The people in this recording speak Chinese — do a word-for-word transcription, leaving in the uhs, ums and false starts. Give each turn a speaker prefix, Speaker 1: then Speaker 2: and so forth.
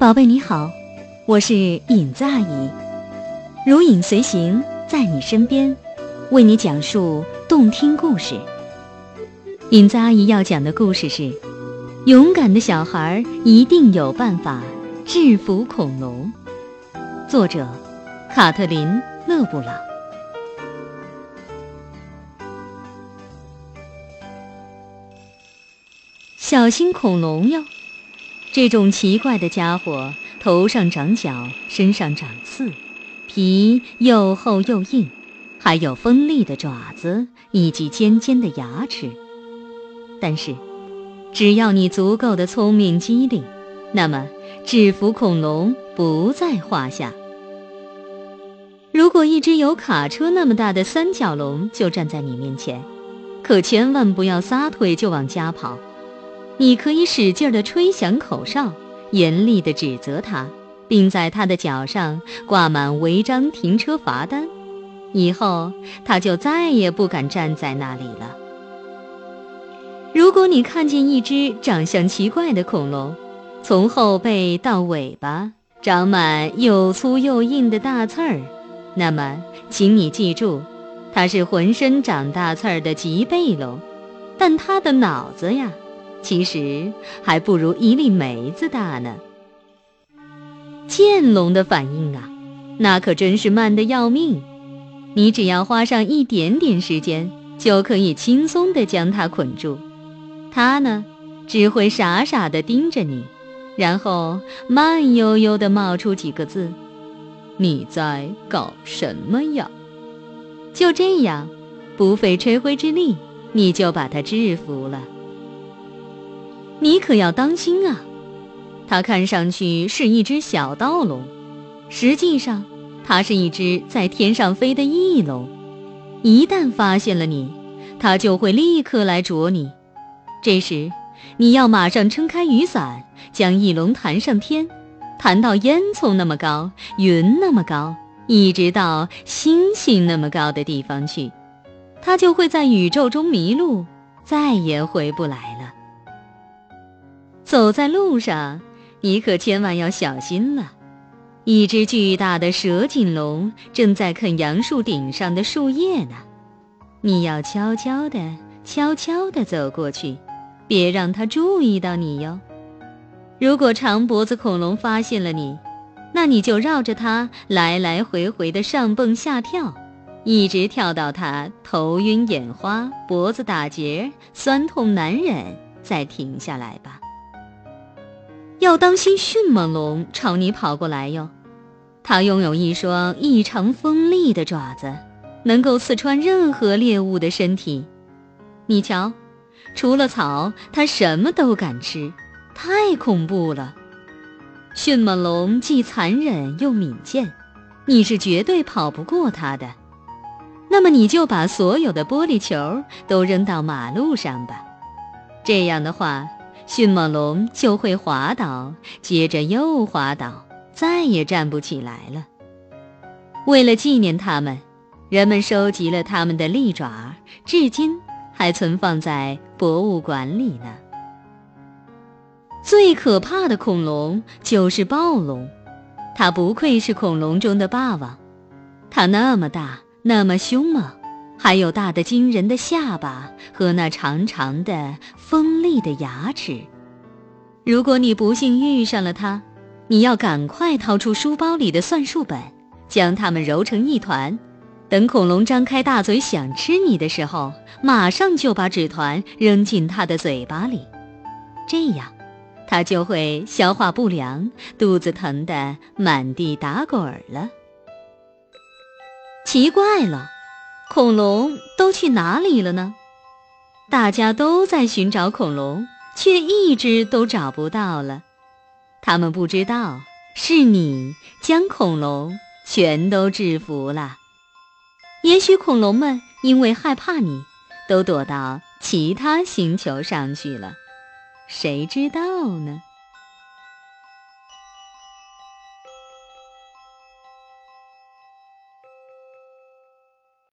Speaker 1: 宝贝你好，我是影子阿姨，如影随形，在你身边，为你讲述动听故事。影子阿姨要讲的故事是：勇敢的小孩一定有办法制服恐龙。作者卡特琳·勒布朗。小心恐龙哟！这种奇怪的家伙，头上长角，身上长刺，皮又厚又硬，还有锋利的爪子以及尖尖的牙齿。但是，只要你足够的聪明机灵，那么制服恐龙不在话下。如果一只有卡车那么大的三角龙就站在你面前，可千万不要撒腿就往家跑。你可以使劲地吹响口哨，严厉地指责他，并在他的脚上挂满违章停车罚单，以后他就再也不敢站在那里了。如果你看见一只长相奇怪的恐龙，从后背到尾巴长满又粗又硬的大刺儿，那么请你记住，它是浑身长大刺儿的棘背龙，但它的脑子呀，其实还不如一粒梅子大呢。剑龙的反应啊，那可真是慢得要命，你只要花上一点点时间，就可以轻松地将它捆住。它呢，只会傻傻地盯着你，然后慢悠悠地冒出几个字：你在搞什么呀？就这样，不费吹灰之力，你就把它制服了。你可要当心啊！它看上去是一只小盗龙，实际上它是一只在天上飞的翼龙。一旦发现了你，它就会立刻来啄你。这时，你要马上撑开雨伞，将翼龙弹上天，弹到烟囱那么高，云那么高，一直到星星那么高的地方去，它就会在宇宙中迷路，再也回不来了。走在路上，你可千万要小心了。一只巨大的蛇颈龙正在啃杨树顶上的树叶呢，你要悄悄地、悄悄地走过去，别让它注意到你哟。如果长脖子恐龙发现了你，那你就绕着它来来回回地上蹦下跳，一直跳到它头晕眼花、脖子打结、酸痛难忍，再停下来吧。要当心迅猛龙朝你跑过来哟，它拥有一双异常锋利的爪子，能够刺穿任何猎物的身体。你瞧，除了草，它什么都敢吃，太恐怖了。迅猛龙既残忍又敏捷，你是绝对跑不过它的。那么你就把所有的玻璃球都扔到马路上吧，这样的话，迅猛龙就会滑倒，接着又滑倒，再也站不起来了。为了纪念它们，人们收集了它们的利爪，至今还存放在博物馆里呢。最可怕的恐龙就是暴龙，它不愧是恐龙中的霸王。它那么大，那么凶猛，还有大得惊人的下巴和那长长的锋利的牙齿。如果你不幸遇上了它，你要赶快掏出书包里的算术本，将它们揉成一团，等恐龙张开大嘴想吃你的时候，马上就把纸团扔进它的嘴巴里，这样它就会消化不良，肚子疼得满地打滚了。奇怪了，恐龙都去哪里了呢？大家都在寻找恐龙，却一直都找不到了。他们不知道，是你将恐龙全都制服了。也许恐龙们因为害怕你，都躲到其他星球上去了，谁知道呢？